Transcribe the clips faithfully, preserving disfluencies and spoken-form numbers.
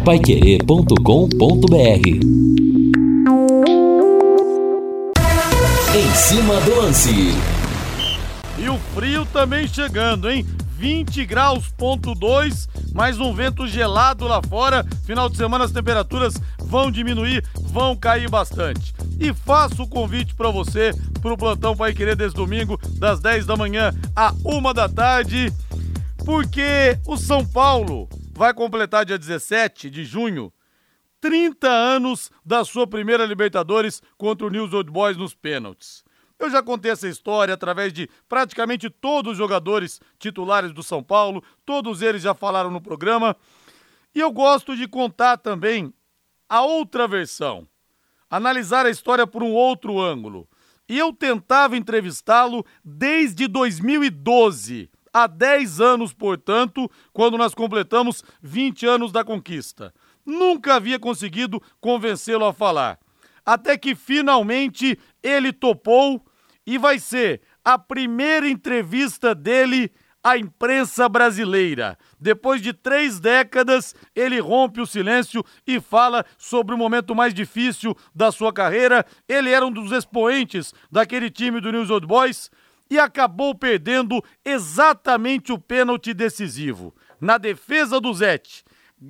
paiquerê ponto com ponto br. Em cima do lance. E o frio também chegando, hein? vinte graus ponto dois, mais um vento gelado lá fora. Final de semana as temperaturas vão diminuir, vão cair bastante. E faço o convite para você, pro Plantão Paiquerê desse domingo, das dez da manhã à uma da tarde, porque o São Paulo vai completar dia dezessete de junho trinta anos da sua primeira Libertadores contra o News Old Boys nos pênaltis. Eu já contei essa história através de praticamente todos os jogadores titulares do São Paulo, todos eles já falaram no programa, e eu gosto de contar também a outra versão, analisar a história por um outro ângulo. E eu tentava entrevistá-lo desde dois mil e doze, há dez anos, portanto, quando nós completamos vinte anos da conquista. Nunca havia conseguido convencê-lo a falar. Até que finalmente ele topou e vai ser a primeira entrevista dele à imprensa brasileira. Depois de três décadas, ele rompe o silêncio e fala sobre o momento mais difícil da sua carreira. Ele era um dos expoentes daquele time do News Old Boys e acabou perdendo exatamente o pênalti decisivo. Na defesa do Zete,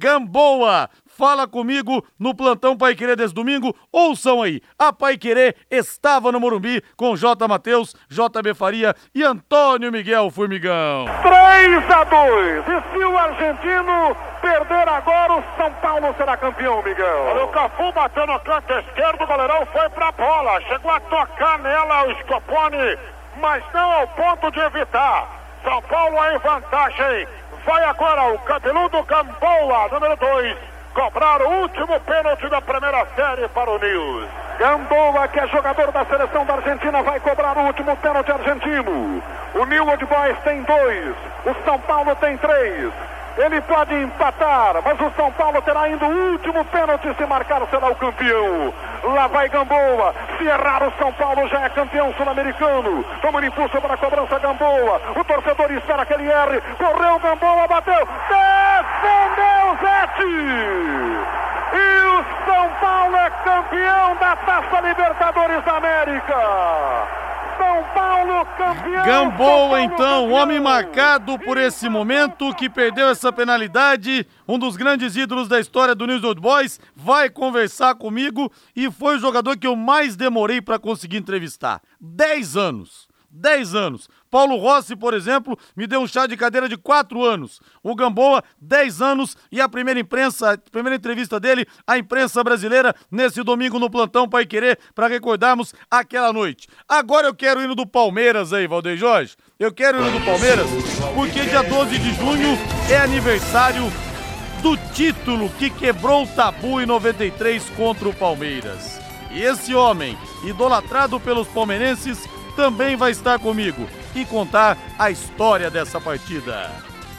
Gamboa fala comigo no Plantão Paiquerê desse domingo. Ouçam aí, a Paiquerê estava no Morumbi com J. Matheus, J B Faria e Antônio Miguel Formigão. três a dois, e se o argentino perder agora, o São Paulo será campeão, Miguel. Olha, o Cafu bateu no canto esquerdo, o goleirão foi pra bola, chegou a tocar nela o Scopone, mas não ao ponto de evitar. São Paulo em vantagem. Vai agora o cabeludo Gamboa, número dois, cobrar o último pênalti da primeira série para o News. Gamboa, que é jogador da seleção da Argentina, vai cobrar o último pênalti argentino. O News Old Boys tem dois, o São Paulo tem três. Ele pode empatar, mas o São Paulo terá ainda o último pênalti. Se marcar, será o campeão. Lá vai Gamboa. Se errar, o São Paulo já é campeão sul-americano. Toma impulso para a cobrança, Gamboa. O torcedor espera que ele erre. Correu, Gamboa, bateu. Defendeu, Zete. E o São Paulo é campeão da Taça Libertadores da América. São Paulo campeão. Gamboa, então, homem marcado por esse momento, que perdeu essa penalidade, um dos grandes ídolos da história do News Old Boys, vai conversar comigo e foi o jogador que eu mais demorei para conseguir entrevistar. Dez anos. Dez anos. Paulo Rossi, por exemplo, me deu um chá de cadeira de quatro anos. O Gamboa, dez anos, e a primeira imprensa, a primeira entrevista dele, a imprensa brasileira, nesse domingo no Plantão Paiquerê, para recordarmos aquela noite. Agora eu quero ir no do Palmeiras aí, Valdeir Jorge. Eu quero ir no do Palmeiras, porque dia doze de junho é aniversário do título que quebrou o tabu em noventa e três contra o Palmeiras. E esse homem, idolatrado pelos palmeirenses, também vai estar comigo e contar a história dessa partida.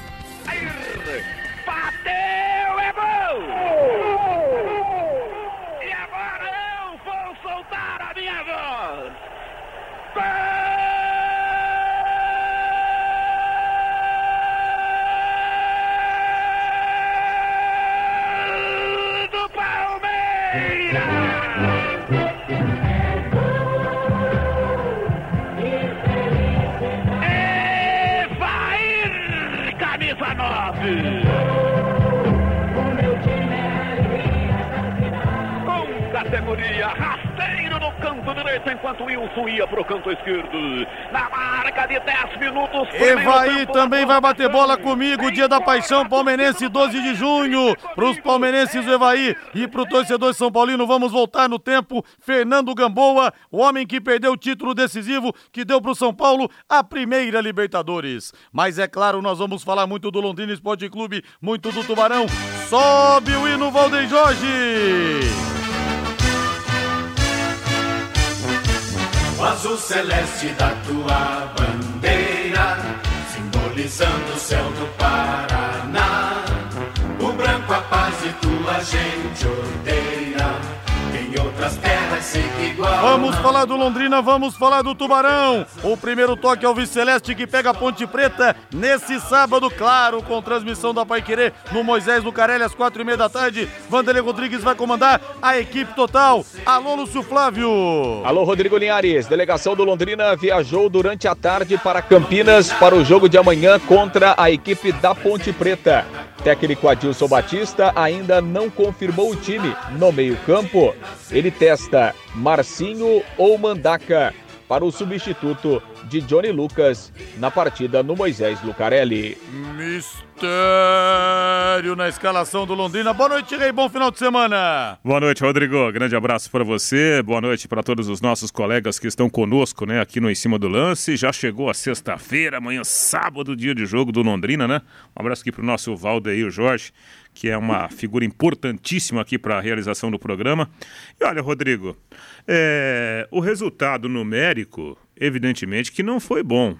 Bateu, é gol! E agora eu vou soltar a minha voz. Gol do Palmeiras! Com categoria, rasteiro no canto direito, enquanto Wilson ia pro canto esquerdo. Na marca de dez minutos. Evaí também vai bater bola comigo, dia da paixão palmeirense, doze de junho. Pros palmeirenses do Evaí e pro torcedor São Paulino, vamos voltar no tempo. Fernando Gamboa, o homem que perdeu o título decisivo, que deu pro São Paulo a primeira Libertadores. Mas é claro, nós vamos falar muito do Londrina Esporte Clube, muito do Tubarão. Sobe o hino, Valdeir Jorge! O azul celeste da tua bandeira, simbolizando o céu do Paraná. O branco a paz e tua gente odeia, em outras terras clássico igual. Vamos falar do Londrina, vamos falar do Tubarão. O primeiro toque é o Vice-Celeste que pega a Ponte Preta nesse sábado, claro, com transmissão da Paiquerê no Moisés Lucarelli às quatro e meia da tarde. Vanderlei Rodrigues vai comandar a equipe total. Alô, Lúcio Flávio. Alô, Rodrigo Linhares. Delegação do Londrina viajou durante a tarde para Campinas para o jogo de amanhã contra a equipe da Ponte Preta. Técnico Adilson Batista ainda não confirmou o time. No meio-campo, ele testa Marcinho ou Mandaca para o substituto de Johnny Lucas na partida no Moisés Lucarelli. Mistério na escalação do Londrina. Boa noite, Rei. Bom final de semana. Boa noite, Rodrigo. Grande abraço para você. Boa noite para todos os nossos colegas que estão conosco, né, aqui no Em Cima do Lance. Já chegou a sexta-feira, amanhã sábado, dia de jogo do Londrina, né? Um abraço aqui para o nosso Valdeir Jorge, que é uma figura importantíssima aqui para a realização do programa. E olha, Rodrigo, é, o resultado numérico, evidentemente que não foi bom,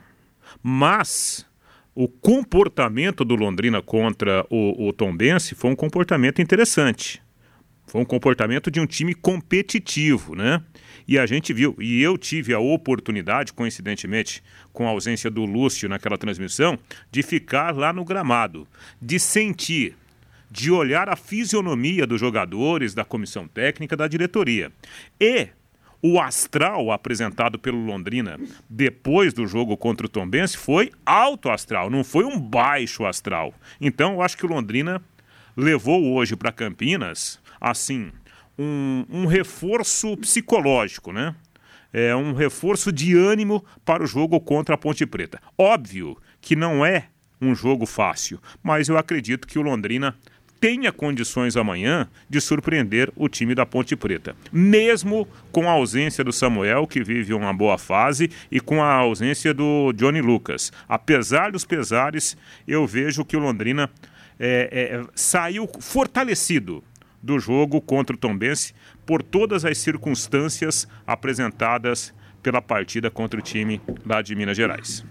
mas o comportamento do Londrina contra o, o Tombense foi um comportamento interessante. Foi um comportamento de um time competitivo, né? E a gente viu, e eu tive a oportunidade, coincidentemente, com a ausência do Lúcio naquela transmissão, de ficar lá no gramado, de sentir, de olhar a fisionomia dos jogadores, da comissão técnica, da diretoria. E o astral apresentado pelo Londrina depois do jogo contra o Tombense foi alto astral, não foi um baixo astral. Então eu acho que o Londrina levou hoje para Campinas, assim, um, um reforço psicológico, né? É um reforço de ânimo para o jogo contra a Ponte Preta. Óbvio que não é um jogo fácil, mas eu acredito que o Londrina tenha condições amanhã de surpreender o time da Ponte Preta, mesmo com a ausência do Samuel, que vive uma boa fase, e com a ausência do Johnny Lucas. Apesar dos pesares, eu vejo que o Londrina é, é, saiu fortalecido do jogo contra o Tombense por todas as circunstâncias apresentadas pela partida contra o time lá de Minas Gerais.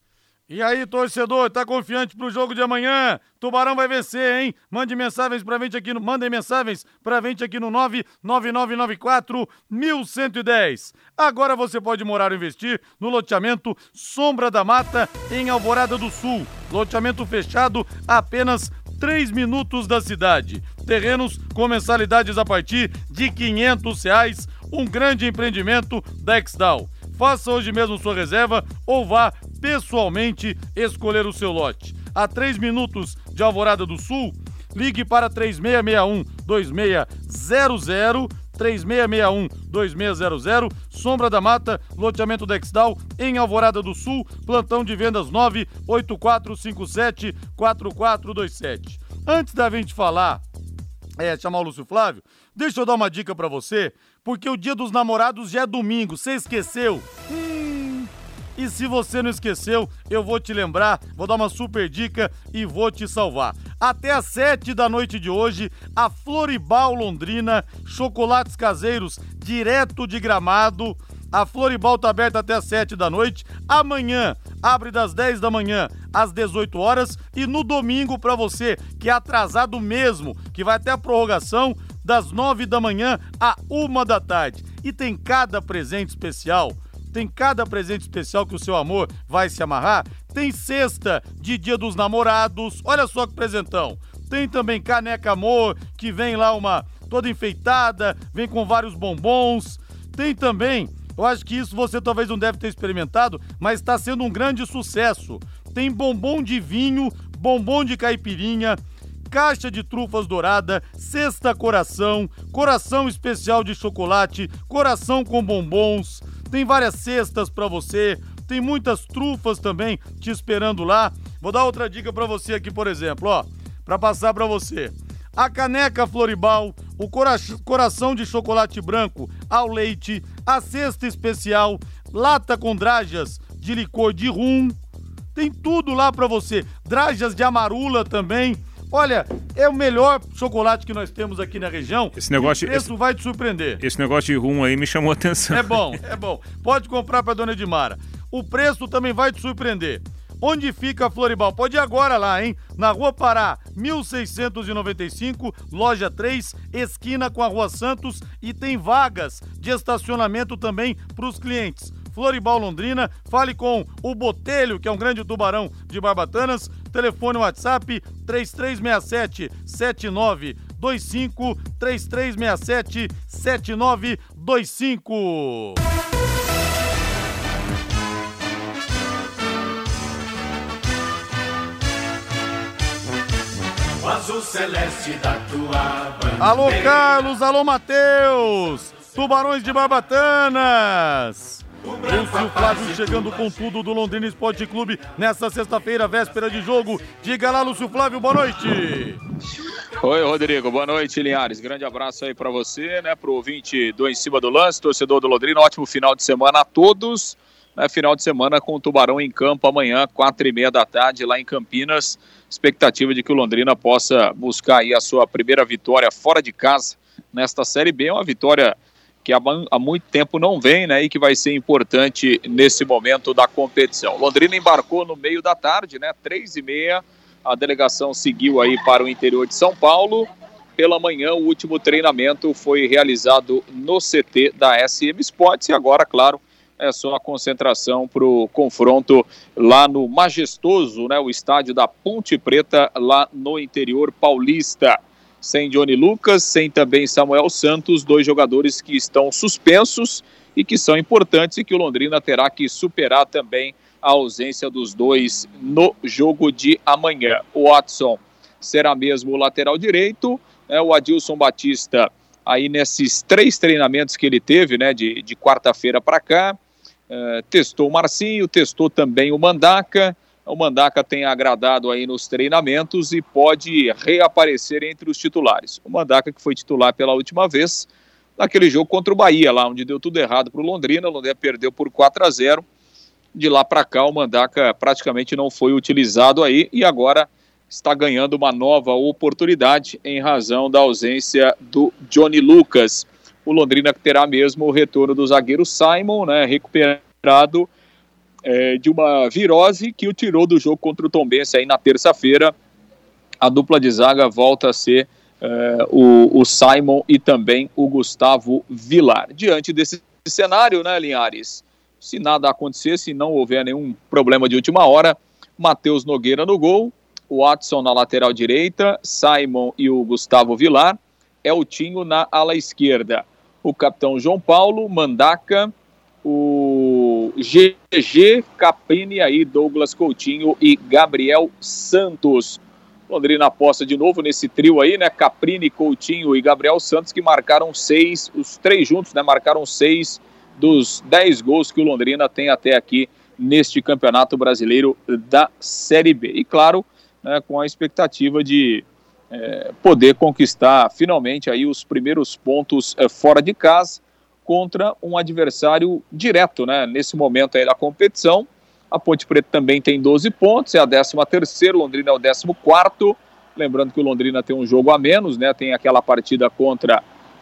E aí, torcedor, tá confiante pro jogo de amanhã? Tubarão vai vencer, hein? Mande mensagens pra gente aqui no... Mandem mensagens pra gente aqui no nove nove nove nove quatro um um um zero. Agora você pode morar ou investir no loteamento Sombra da Mata, em Alvorada do Sul. Loteamento fechado a apenas três minutos da cidade. Terrenos com mensalidades a partir de quinhentos reais. Um grande empreendimento da Exdal. Faça hoje mesmo sua reserva ou vá pessoalmente escolher o seu lote. A três minutos de Alvorada do Sul, ligue para três seis seis um, dois seis zero zero, três seis seis um, dois seis zero zero, Sombra da Mata, loteamento da Exdal, em Alvorada do Sul, plantão de vendas nove oito quatro cinco sete quatro quatro dois sete. Antes da gente falar, é, chamar o Lúcio Flávio, deixa eu dar uma dica pra você, porque o Dia dos Namorados já é domingo, você esqueceu? Hum... E se você não esqueceu, eu vou te lembrar, vou dar uma super dica e vou te salvar. Até às sete da noite de hoje, a Floribal Londrina, chocolates caseiros direto de Gramado. A Floribal tá aberta até às sete da noite. Amanhã, abre das dez da manhã às dezoito horas. E no domingo, pra você que é atrasado mesmo, que vai até a prorrogação, das nove da manhã à uma da tarde. E tem cada presente especial. Tem cada presente especial que o seu amor vai se amarrar. Tem cesta de Dia dos Namorados. Olha só que presentão. Tem também caneca amor, que vem lá uma toda enfeitada, vem com vários bombons. Tem também, eu acho que isso você talvez não deve ter experimentado, mas está sendo um grande sucesso. Tem bombom de vinho, bombom de caipirinha, caixa de trufas dourada, cesta coração, coração especial de chocolate, coração com bombons. Tem várias cestas pra você, tem muitas trufas também te esperando lá. Vou dar outra dica pra você aqui, por exemplo, ó, pra passar pra você. A caneca Floribal, o cora- coração de chocolate branco ao leite, a cesta especial, lata com drajas de licor de rum, tem tudo lá pra você. Drajas de amarula também. Olha, é o melhor chocolate que nós temos aqui na região. Esse negócio, o preço esse, vai te surpreender. Esse negócio de rum aí me chamou a atenção. É bom, é bom. Pode comprar para dona Edmara. O preço também vai te surpreender. onde fica Floribal. Pode ir agora lá, hein? Na Rua Pará, mil seiscentos e noventa e cinco, loja três, esquina com a Rua Santos, e tem vagas de estacionamento também para os clientes. Floribal Londrina, fale com o Botelho, que é um grande tubarão de Barbatanas, telefone WhatsApp três três seis sete, sete nove dois cinco, três três seis sete, sete nove dois cinco. O azul celeste da tua bandeira. Alô Carlos, alô Matheus, Tubarões de Barbatanas. Lúcio Flávio chegando com tudo do Londrina Esporte Clube nesta sexta-feira, véspera de jogo. Diga lá, Lúcio Flávio, boa noite. Oi, Rodrigo, boa noite, Linhares. Grande abraço aí pra você, né, pro ouvinte do Em Cima do Lance, torcedor do Londrina. Ótimo final de semana a todos. Né, final de semana com o Tubarão em campo amanhã, quatro e meia da tarde, lá em Campinas. Expectativa de que o Londrina possa buscar aí a sua primeira vitória fora de casa nesta Série B. É uma vitória que há, há muito tempo não vem, né, e que vai ser importante nesse momento da competição. Londrina embarcou no meio da tarde, né, três e meia, a delegação seguiu aí para o interior de São Paulo. Pela manhã, o último treinamento foi realizado no C T da S M Sports, e agora, claro, é só a concentração para o confronto lá no majestoso, né, o estádio da Ponte Preta, lá no interior paulista. Sem Johnny Lucas, sem também Samuel Santos, dois jogadores que estão suspensos e que são importantes e que o Londrina terá que superar também a ausência dos dois no jogo de amanhã. O Watson será mesmo o lateral direito, né, o Adilson Batista aí nesses três treinamentos que ele teve, né, de, de quarta-feira para cá, uh, testou o Marcinho, testou também o Mandaca. O Mandaca tem agradado aí nos treinamentos e pode reaparecer entre os titulares. O Mandaca que foi titular pela última vez naquele jogo contra o Bahia, lá onde deu tudo errado para o Londrina. O Londrina perdeu por quatro a zero. De lá para cá o Mandaca praticamente não foi utilizado aí e agora está ganhando uma nova oportunidade em razão da ausência do Johnny Lucas. O Londrina terá mesmo o retorno do zagueiro Simon, né, recuperado É, de uma virose que o tirou do jogo contra o Tombense aí na terça-feira. A dupla de zaga volta a ser é, o, o Simon e também o Gustavo Vilar. Diante desse cenário, né, Linhares, se nada acontecer, se não houver nenhum problema de última hora, Matheus Nogueira no gol, o Watson na lateral direita, Simon e o Gustavo Vilar, Eltinho na ala esquerda, o capitão João Paulo, Mandaca, o G G, Caprini, aí Douglas Coutinho e Gabriel Santos. Londrina aposta de novo nesse trio aí, né? Caprini, Coutinho e Gabriel Santos, que marcaram seis, os três juntos, né? Marcaram seis dos dez gols que o Londrina tem até aqui neste Campeonato Brasileiro da Série B. E claro, né, com a expectativa de é, poder conquistar finalmente aí os primeiros pontos é, fora de casa, contra um adversário direto, né? Nesse momento aí da competição. A Ponte Preta também tem doze pontos, é a décima terceira, o Londrina é o décimo quarto. Lembrando que o Londrina tem um jogo a menos, né? Tem aquela partida contra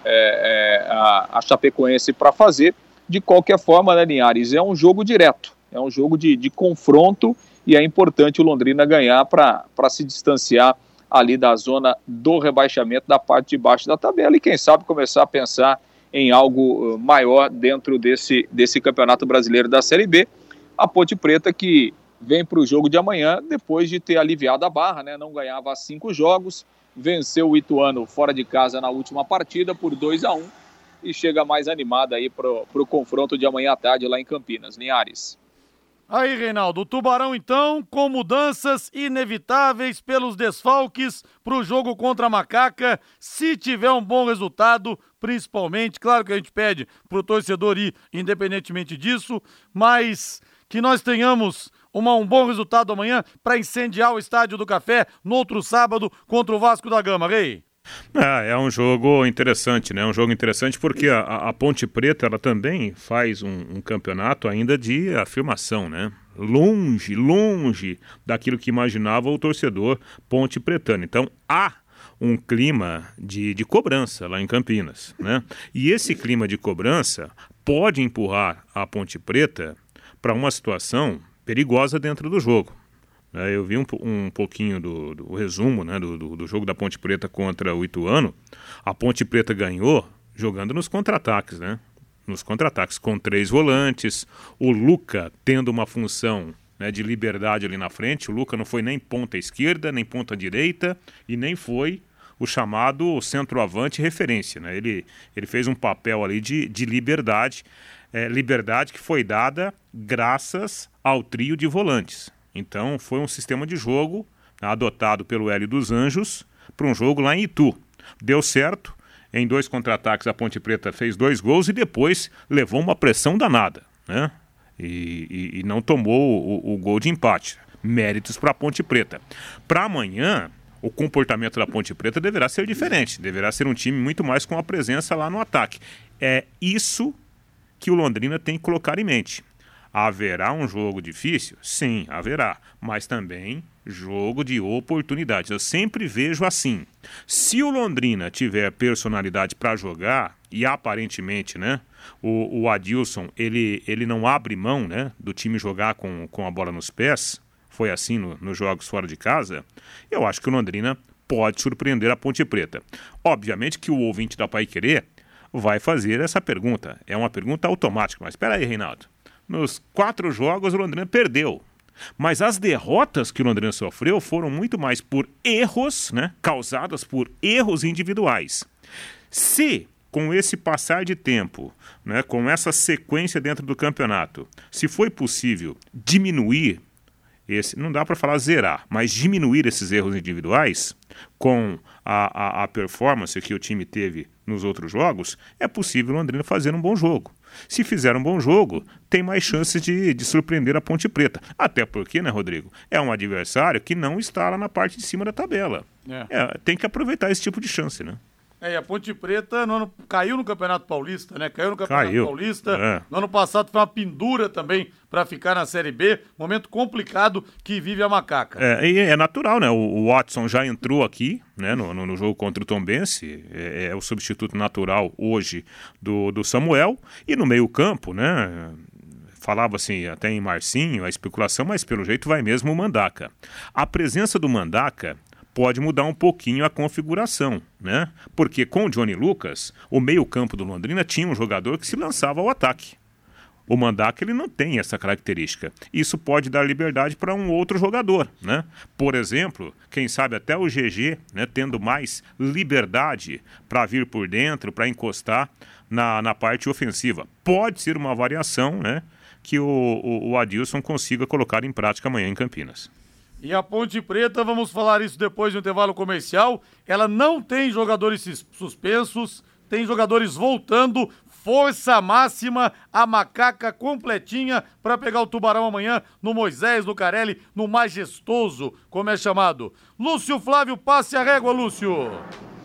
é, é, a, a Chapecoense para fazer. De qualquer forma, né, Linhares, é um jogo direto, é um jogo de, de confronto e é importante o Londrina ganhar para se distanciar ali da zona do rebaixamento, da parte de baixo da tabela e quem sabe começar a pensar em algo maior dentro desse, desse Campeonato Brasileiro da Série B. A Ponte Preta que vem para o jogo de amanhã depois de ter aliviado a barra, né? Não ganhava cinco jogos, venceu o Ituano fora de casa na última partida por dois a um e chega mais animada aí para o confronto de amanhã à tarde lá em Campinas. Linhares. Aí, Reinaldo, o Tubarão, então, com mudanças inevitáveis pelos desfalques para o jogo contra a Macaca, se tiver um bom resultado, principalmente, claro que a gente pede para o torcedor ir independentemente disso, mas que nós tenhamos uma, um bom resultado amanhã para incendiar o Estádio do Café no outro sábado contra o Vasco da Gama, Rei. É, é um jogo interessante, né? Um jogo interessante porque a, a Ponte Preta ela também faz um, um campeonato ainda de afirmação, né? Longe, longe daquilo que imaginava o torcedor ponte pretano. Então há um clima de, de cobrança lá em Campinas, né? E esse clima de cobrança pode empurrar a Ponte Preta para uma situação perigosa dentro do jogo. É, eu vi um, um pouquinho do, do resumo, né, do, do, do jogo da Ponte Preta contra o Ituano. A Ponte Preta ganhou jogando nos contra-ataques, né? Nos contra-ataques com três volantes, o Luca tendo uma função, né, de liberdade ali na frente. O Luca não foi nem ponta esquerda, nem ponta direita e nem foi o chamado centroavante referência, né? Ele, ele fez um papel ali de, de liberdade, é, liberdade que foi dada graças ao trio de volantes. Então foi um sistema de jogo, né, adotado pelo Hélio dos Anjos para um jogo lá em Itu. Deu certo, em dois contra-ataques a Ponte Preta fez dois gols e depois levou uma pressão danada, né? E, e, e não tomou o, o gol de empate. Méritos para a Ponte Preta. Para amanhã, o comportamento da Ponte Preta deverá ser diferente, deverá ser um time muito mais com a presença lá no ataque. É isso que o Londrina tem que colocar em mente. Haverá um jogo difícil? Sim, haverá, mas também jogo de oportunidades. Eu sempre vejo assim, se o Londrina tiver personalidade para jogar, e aparentemente, né, o, o Adilson, ele, ele não abre mão, né, do time jogar com, com a bola nos pés, foi assim no, nos jogos fora de casa, eu acho que o Londrina pode surpreender a Ponte Preta. Obviamente que o ouvinte da Paiquerê vai fazer essa pergunta, é uma pergunta automática, mas espera aí, Reinaldo. Nos quatro jogos o Londrina perdeu, mas as derrotas que o Londrina sofreu foram muito mais por erros, né, causadas por erros individuais. Se com esse passar de tempo, né, com essa sequência dentro do campeonato, se foi possível diminuir esse, não dá para falar zerar, mas diminuir esses erros individuais com a, a, a performance que o time teve nos outros jogos, é possível o Londrina fazer um bom jogo. Se fizer um bom jogo, tem mais chances de, de surpreender a Ponte Preta. Até porque, né, Rodrigo, é um adversário que não está lá na parte de cima da tabela. É. É, tem que aproveitar esse tipo de chance, né? É, e a Ponte Preta no ano, caiu no Campeonato Paulista, né? Caiu no Campeonato caiu. Paulista. É. No ano passado foi uma pendura também para ficar na Série B. Momento complicado que vive a Macaca. É, e é natural, né? O, o Watson já entrou aqui, né? No, no, no jogo contra o Tombense. É, é o substituto natural hoje do, do Samuel. E no meio campo, né? Falava assim até em Marcinho, a especulação, mas pelo jeito vai mesmo o Mandaca. A presença do Mandaca pode mudar um pouquinho a configuração, né? Porque com o Johnny Lucas, o meio-campo do Londrina tinha um jogador que se lançava ao ataque. O Mandaca, ele não tem essa característica. Isso pode dar liberdade para um outro jogador, né? Por exemplo, quem sabe até o G G, né, tendo mais liberdade para vir por dentro, para encostar na, na parte ofensiva. Pode ser uma variação, né, que o, o, o Adilson consiga colocar em prática amanhã em Campinas. E a Ponte Preta, vamos falar isso depois do intervalo comercial, ela não tem jogadores suspensos, tem jogadores voltando, força máxima, a Macaca completinha para pegar o Tubarão amanhã no Moisés Lucarelli, no Majestoso, como é chamado. Lúcio Flávio, passe a régua, Lúcio.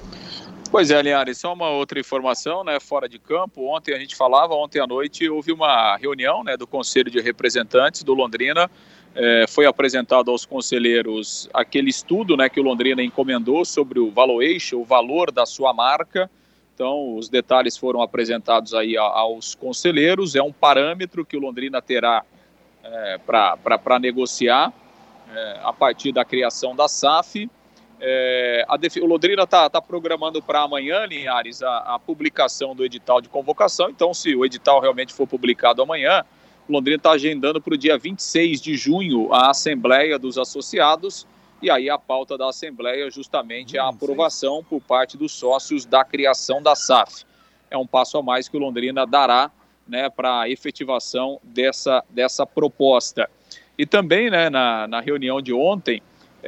Pois é, Linhares, só uma outra informação, né, fora de campo. Ontem a gente falava, ontem à noite houve uma reunião, né, do Conselho de Representantes do Londrina. É, foi apresentado aos conselheiros aquele estudo, né, que o Londrina encomendou sobre o valuation, o valor da sua marca. Então, os detalhes foram apresentados aí aos conselheiros. É um parâmetro que o Londrina terá é, para negociar é, a partir da criação da S A F. É, a def... O Londrina está tá programando para amanhã, Linhares, a, a publicação do edital de convocação. Então, se o edital realmente for publicado amanhã, o Londrina está agendando para o dia vinte e seis de junho a Assembleia dos Associados, e aí a pauta da Assembleia justamente é a aprovação por parte dos sócios da criação da S A F. É um passo a mais que o Londrina dará, né, para a efetivação dessa, dessa proposta. E também, né, na, na reunião de ontem,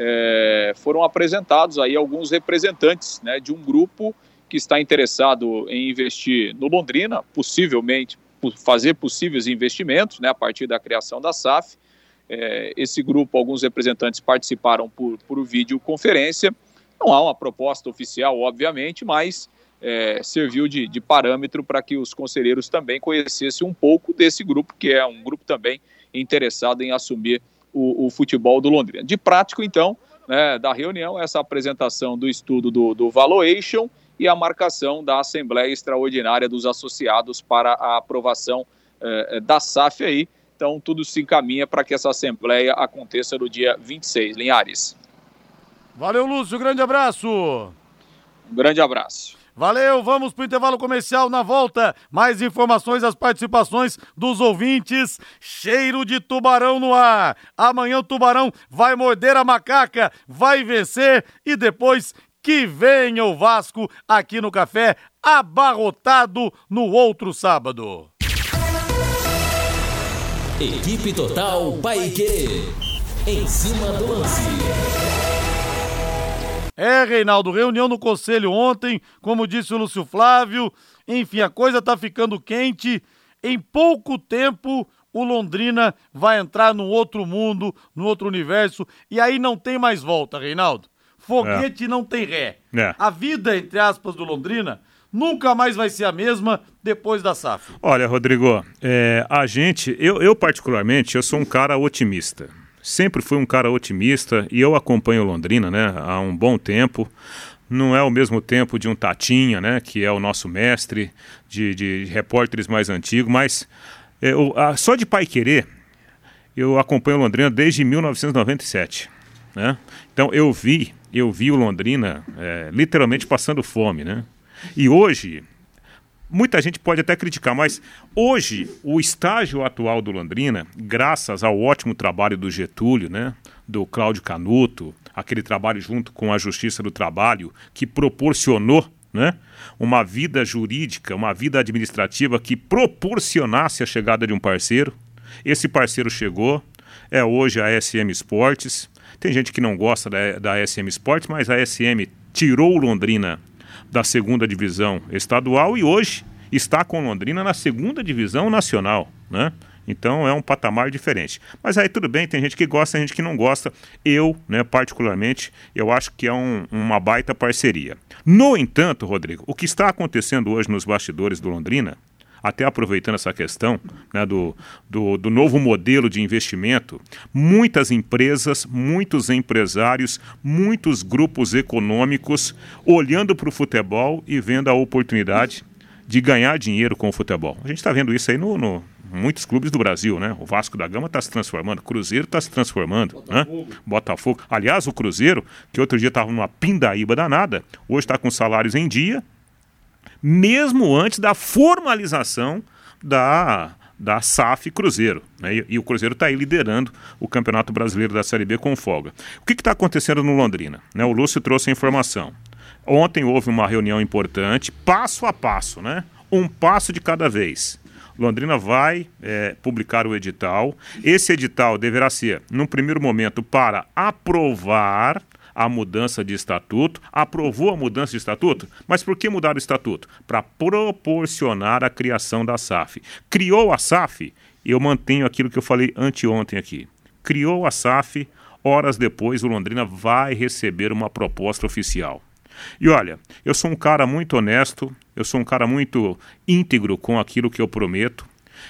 é, foram apresentados aí alguns representantes, né, de um grupo que está interessado em investir no Londrina, possivelmente fazer possíveis investimentos, né, a partir da criação da S A F. É, esse grupo, alguns representantes participaram por, por videoconferência. Não há uma proposta oficial, obviamente, mas é, serviu de, de parâmetro para que os conselheiros também conhecessem um pouco desse grupo, que é um grupo também interessado em assumir o, o futebol do Londrina. De prático, então, né, da reunião, essa apresentação do estudo do, do valuation e a marcação da Assembleia Extraordinária dos Associados para a aprovação eh, da S A F aí, Então, tudo se encaminha para que essa assembleia aconteça no dia vinte e seis. Linhares. Valeu, Lúcio. Grande abraço. Um grande abraço. Valeu, vamos para o intervalo comercial. Na volta, mais informações, as participações dos ouvintes. Cheiro de tubarão no ar. Amanhã o tubarão vai morder a macaca, vai vencer e depois que venha o Vasco aqui no Café, abarrotado no outro sábado. Equipe Total Paiquerê, em cima do lance. É, Reinaldo, reunião no Conselho ontem, como disse o Lúcio Flávio, enfim, a coisa tá ficando quente. Em pouco tempo, o Londrina vai entrar num outro mundo, num outro universo, e aí não tem mais volta, Reinaldo. Foguete é. não tem ré. É. A vida, entre aspas, do Londrina nunca mais vai ser a mesma depois da S A F. Olha, Rodrigo, é, a gente, eu, eu particularmente, eu sou um cara otimista. Sempre fui um cara otimista e eu acompanho o Londrina, né, há um bom tempo. Não é o mesmo tempo de um Tatinha, né, que é o nosso mestre, de, de repórteres mais antigos, mas eu, a, só de Paiquerê eu acompanho o Londrina desde mil novecentos e noventa e sete. Né? Então eu vi, eu vi o Londrina é, literalmente passando fome, né? E hoje, muita gente pode até criticar, mas hoje o estágio atual do Londrina, graças ao ótimo trabalho do Getúlio, né, do Cláudio Canuto, aquele trabalho junto com a Justiça do Trabalho, que proporcionou, né, uma vida jurídica, uma vida administrativa que proporcionasse a chegada de um parceiro. Esse parceiro chegou, é hoje a S M Esportes. Tem gente que não gosta da, da S M Esportes, mas a S M tirou o Londrina da segunda divisão estadual e hoje está com Londrina na segunda divisão nacional, né? Então é um patamar diferente. Mas aí tudo bem, tem gente que gosta, tem gente que não gosta. Eu, né, particularmente, eu acho que é um, uma baita parceria. No entanto, Rodrigo, o que está acontecendo hoje nos bastidores do Londrina, até aproveitando essa questão, né, do, do, do novo modelo de investimento, muitas empresas, muitos empresários, muitos grupos econômicos olhando para o futebol e vendo a oportunidade de ganhar dinheiro com o futebol. A gente está vendo isso aí no, no muitos clubes do Brasil, né? O Vasco da Gama está se transformando, o Cruzeiro está se transformando, Botafogo. Né? Botafogo. Aliás, o Cruzeiro, que outro dia estava numa pindaíba danada, hoje está com salários em dia, mesmo antes da formalização da, da S A F Cruzeiro. Né? E, e o Cruzeiro está aí liderando o Campeonato Brasileiro da Série B com folga. O que está acontecendo no Londrina? Né? O Lúcio trouxe a informação. Ontem houve uma reunião importante, passo a passo, né? Um passo de cada vez. Londrina vai é, publicar o edital. Esse edital deverá ser, num primeiro momento, para aprovar a mudança de estatuto. Aprovou a mudança de estatuto? Mas por que mudar o estatuto? Para proporcionar a criação da S A F. Criou a S A F, eu mantenho aquilo que eu falei anteontem aqui. Criou a S A F, horas depois o Londrina vai receber uma proposta oficial. E olha, eu sou um cara muito honesto, eu sou um cara muito íntegro com aquilo que eu prometo.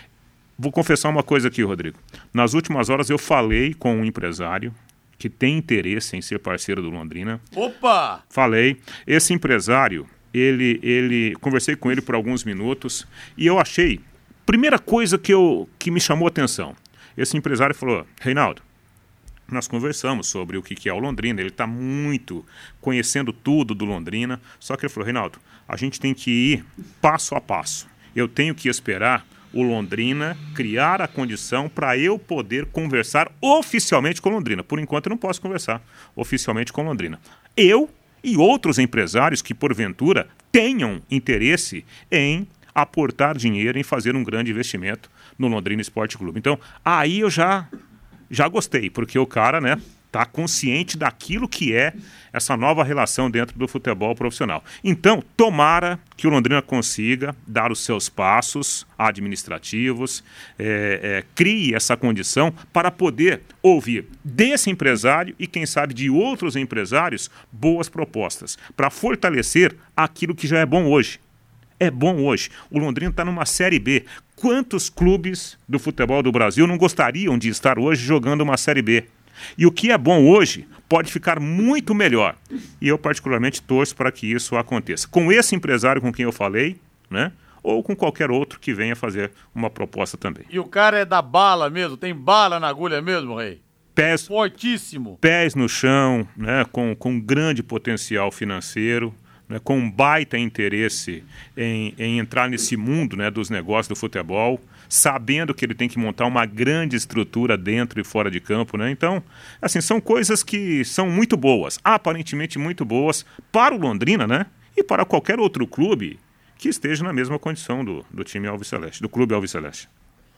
Vou confessar uma coisa aqui, Rodrigo. Nas últimas horas eu falei com um empresário que tem interesse em ser parceiro do Londrina. Opa! Falei. Esse empresário, ele, ele, conversei com ele por alguns minutos e eu achei, primeira coisa que, eu, que me chamou a atenção, esse empresário falou, Reinaldo, nós conversamos sobre o que é o Londrina, ele está muito conhecendo tudo do Londrina, só que ele falou, Reinaldo, a gente tem que ir passo a passo. Eu tenho que esperar o Londrina criar a condição para eu poder conversar oficialmente com o Londrina. Por enquanto eu não posso conversar oficialmente com o Londrina. Eu e outros empresários que porventura tenham interesse em aportar dinheiro, em fazer um grande investimento no Londrina Esporte Clube. Então, aí eu já... Já gostei, porque o cara, né, tá consciente daquilo que é essa nova relação dentro do futebol profissional. Então, tomara que o Londrina consiga dar os seus passos administrativos, é, é, crie essa condição para poder ouvir desse empresário e, quem sabe, de outros empresários, boas propostas, para fortalecer aquilo que já é bom hoje. É bom hoje. O Londrina está numa Série B. Quantos clubes do futebol do Brasil não gostariam de estar hoje jogando uma Série B? E o que é bom hoje pode ficar muito melhor. E eu particularmente torço para que isso aconteça. Com esse empresário com quem eu falei, né, ou com qualquer outro que venha fazer uma proposta também. E o cara é da bala mesmo, tem bala na agulha mesmo, Rei? Pés, Fortíssimo. Pés no chão, né, com, com grande potencial financeiro, né, com um baita interesse em, em entrar nesse mundo, né, dos negócios do futebol, sabendo que ele tem que montar uma grande estrutura dentro e fora de campo, né? Então, assim, são coisas que são muito boas, aparentemente muito boas para o Londrina, né? E para qualquer outro clube que esteja na mesma condição do, do time alviceleste, do clube alviceleste.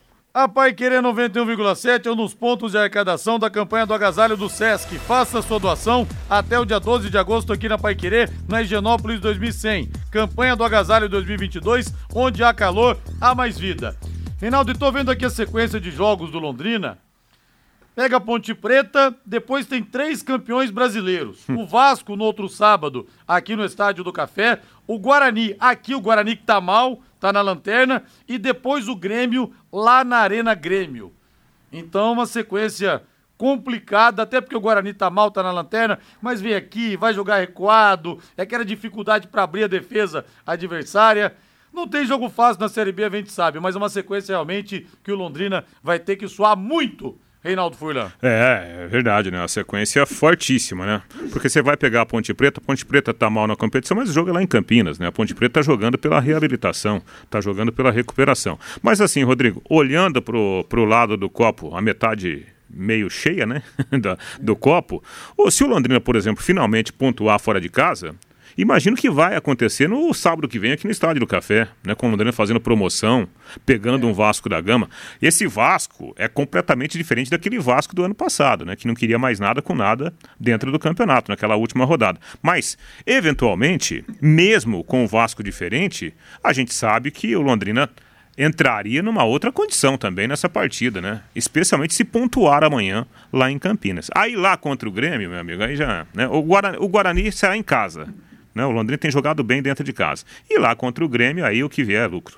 A Paiquerê noventa e um vírgula sete é um dos pontos de arrecadação da campanha do Agasalho do Sesc. Faça sua doação até o dia doze de agosto aqui na Paiquerê, na Higienópolis dois mil e cem. Campanha do Agasalho dois mil e vinte e dois, onde há calor, há mais vida. Reinaldo, estou vendo aqui a sequência de jogos do Londrina. Pega a Ponte Preta, depois tem três campeões brasileiros. O Vasco no outro sábado, aqui no Estádio do Café. O Guarani, aqui o Guarani que tá mal, tá na lanterna. E depois o Grêmio lá na Arena Grêmio. Então uma sequência complicada, até porque o Guarani tá mal, tá na lanterna. Mas vem aqui, vai jogar recuado. É aquela dificuldade para abrir a defesa adversária. Não tem jogo fácil na Série B, a gente sabe. Mas é uma sequência realmente que o Londrina vai ter que suar muito. Reinaldo Furlan. É, é verdade, né? A sequência é fortíssima, né? Porque você vai pegar a Ponte Preta, a Ponte Preta tá mal na competição, mas o jogo é lá em Campinas, né? A Ponte Preta tá jogando pela reabilitação, tá jogando pela recuperação. Mas assim, Rodrigo, olhando pro, pro lado do copo, a metade meio cheia, né? da, do copo, ou se o Londrina, por exemplo, finalmente pontuar fora de casa, imagino que vai acontecer no sábado que vem aqui no Estádio do Café, né, com o Londrina fazendo promoção, pegando um Vasco da Gama. Esse Vasco é completamente diferente daquele Vasco do ano passado, né, que não queria mais nada com nada dentro do campeonato, naquela última rodada. Mas, eventualmente, mesmo com o Vasco diferente, a gente sabe que o Londrina entraria numa outra condição também nessa partida, né? Especialmente se pontuar amanhã lá em Campinas. Aí lá contra o Grêmio, meu amigo, aí já, né? O Guarani, o Guarani será em casa. Né? O Londrina tem jogado bem dentro de casa. E lá contra o Grêmio, aí o que vier é lucro.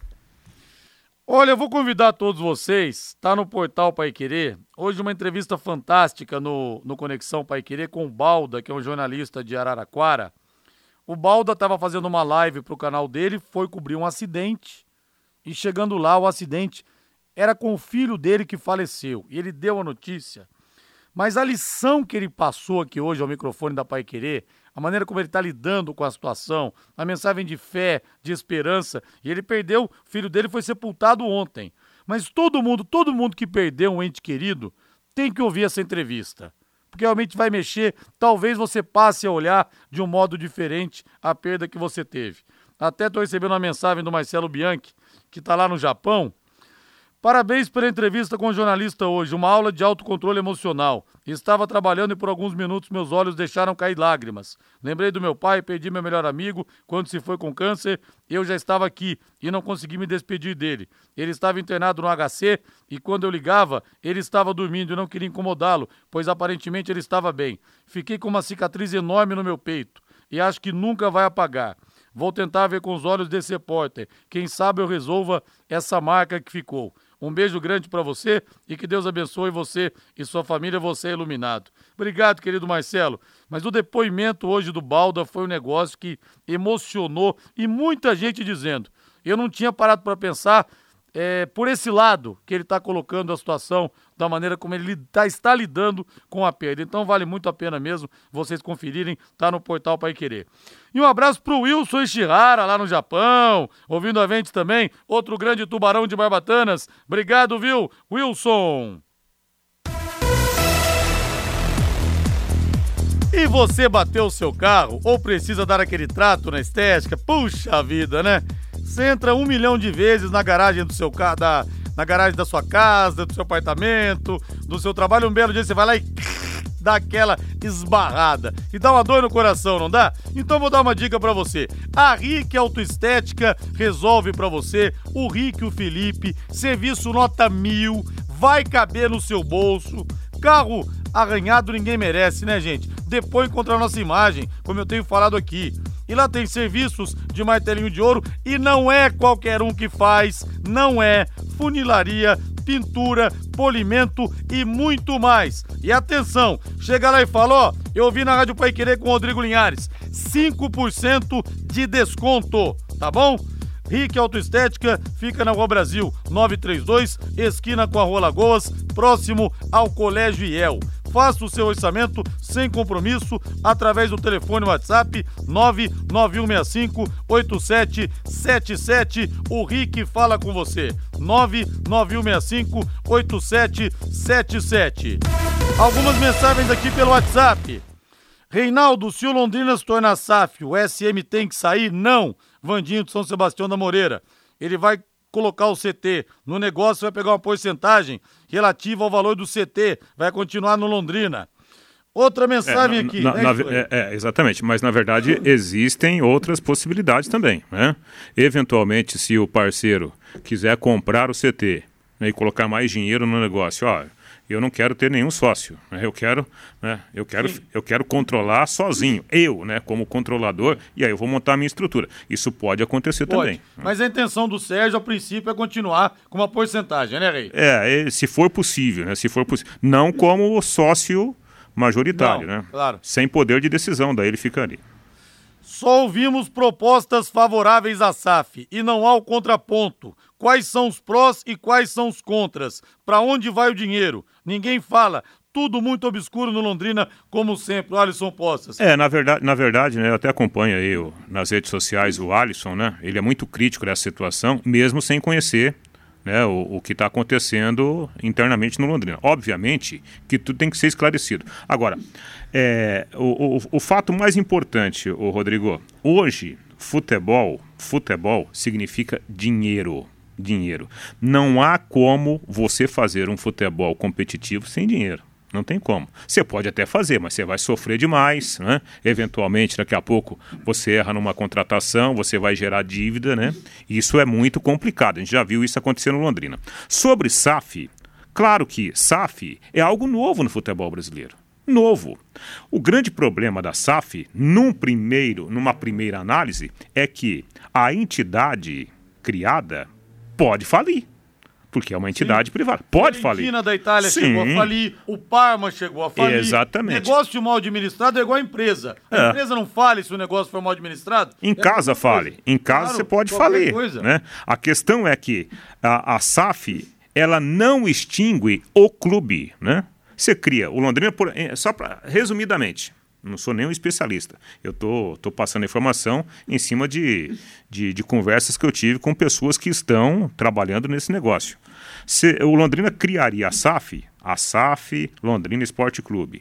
Olha, eu vou convidar todos vocês, tá no portal Paiquerê, hoje uma entrevista fantástica no, no Conexão Paiquerê com o Balda, que é um jornalista de Araraquara. O Balda estava fazendo uma live pro canal dele, foi cobrir um acidente, e chegando lá, o acidente era com o filho dele que faleceu, e ele deu a notícia. Mas a lição que ele passou aqui hoje ao microfone da Paiquerê, a maneira como ele está lidando com a situação, a mensagem de fé, de esperança, e ele perdeu, o filho dele foi sepultado ontem. Mas todo mundo, todo mundo que perdeu um ente querido tem que ouvir essa entrevista, porque realmente vai mexer, talvez você passe a olhar de um modo diferente a perda que você teve. Até estou recebendo uma mensagem do Marcelo Bianchi, que está lá no Japão. Parabéns pela entrevista com o jornalista hoje, uma aula de autocontrole emocional. Estava trabalhando e por alguns minutos meus olhos deixaram cair lágrimas. Lembrei do meu pai, perdi meu melhor amigo quando se foi com câncer. Eu já estava aqui e não consegui me despedir dele. Ele estava internado no H C e quando eu ligava, ele estava dormindo e não queria incomodá-lo, pois aparentemente ele estava bem. Fiquei com uma cicatriz enorme no meu peito e acho que nunca vai apagar. Vou tentar ver com os olhos desse repórter. Quem sabe eu resolva essa marca que ficou. Um beijo grande para você e que Deus abençoe você e sua família, você é iluminado. Obrigado, querido Marcelo. Mas o depoimento hoje do Balda foi um negócio que emocionou e muita gente dizendo. Eu não tinha parado para pensar é, por esse lado que ele está colocando a situação, da maneira como ele tá, está lidando com a perda. Então vale muito a pena mesmo vocês conferirem, tá no portal Paiquerê. E um abraço pro Wilson Ishihara lá no Japão, ouvindo a gente também, outro grande tubarão de Barbatanas. Obrigado, viu, Wilson? E você bateu o seu carro ou precisa dar aquele trato na estética? Puxa vida, né? Você entra um milhão de vezes na garagem do seu carro, da, na garagem da sua casa, do seu apartamento, do seu trabalho. Um belo dia você vai lá e dá aquela esbarrada. E dá uma dor no coração, não dá? Então vou dar uma dica pra você. A Rick Autoestética resolve pra você. O Rick e o Felipe, serviço nota mil, vai caber no seu bolso. Carro arranhado ninguém merece, né, gente? Depois encontrar nossa imagem, como eu tenho falado aqui. E lá tem serviços de martelinho de ouro e não é qualquer um que faz, não é funilaria, pintura, polimento e muito mais. E atenção, chega lá e fala, ó, eu ouvi na Rádio Paiquerê com o Rodrigo Linhares, cinco por cento de desconto, tá bom? Rick Autoestética fica na Rua Brasil novecentos e trinta e dois, esquina com a Rua Lagoas, próximo ao Colégio I E L. Faça o seu orçamento sem compromisso através do telefone WhatsApp nove nove um seis cinco oito sete sete sete. O Rick fala com você. nove nove um seis cinco oito sete sete sete. Algumas mensagens aqui pelo WhatsApp. Reinaldo, se o Londrina se tornar S A F, o S M tem que sair? Não. Vandinho de São Sebastião da Moreira. Ele vai colocar o C T no negócio, vai pegar uma porcentagem relativa ao valor do C T, vai continuar no Londrina. Outra mensagem é, aqui. Na, né, na, é, é, exatamente, mas na verdade existem outras possibilidades também, né? Eventualmente, se o parceiro quiser comprar o C T, né, e colocar mais dinheiro no negócio, ó, eu não quero ter nenhum sócio, né? eu quero, né, eu quero, eu quero controlar sozinho, eu, né, como controlador, e aí eu vou montar a minha estrutura. Isso pode acontecer pode, também. Mas a intenção do Sérgio, a princípio, é continuar com uma porcentagem, né, Rei? É, se for possível, né? Se for possível, não como sócio majoritário, não, né? Claro. Sem poder de decisão, daí ele ficaria. Só ouvimos propostas favoráveis à S A F e não há o contraponto. Quais são os prós e quais são os contras? Para onde vai o dinheiro? Ninguém fala. Tudo muito obscuro no Londrina, como sempre, o Alisson Poças. É, na verdade, na verdade, né, eu até acompanho aí o, nas redes sociais o Alisson, né? Ele é muito crítico dessa situação, mesmo sem conhecer, né, o, o que está acontecendo internamente no Londrina. Obviamente que tudo tem que ser esclarecido. Agora, é, o, o, o fato mais importante, o Rodrigo, hoje, futebol, futebol significa dinheiro. Dinheiro. Não há como você fazer um futebol competitivo sem dinheiro. Não tem como. Você pode até fazer, mas você vai sofrer demais, né? Eventualmente, daqui a pouco, você erra numa contratação, você vai gerar dívida, né? Isso é muito complicado. A gente já viu isso acontecer no Londrina. Sobre S A F, claro que S A F é algo novo no futebol brasileiro. Novo. O grande problema da S A F, num primeiro, numa primeira análise, é que a entidade criada pode falir. Porque é uma entidade Sim. privada. Pode falir. A Argentina da Itália Sim. chegou a falir, o Parma chegou a falir. Exatamente. Negócio mal administrado é igual a empresa. A é. empresa não fale se o negócio for mal administrado? Em é casa fale. Coisa. Em casa claro, você pode falir. Coisa. Né? A questão é que a, a S A F, ela não extingue o clube. Né? Você cria o Londrina, por, só para resumidamente, não sou nenhum especialista. Eu tô, tô passando informação em cima de, de, de conversas que eu tive com pessoas que estão trabalhando nesse negócio. Se, o Londrina criaria a S A F, a S A F Londrina Esporte Clube.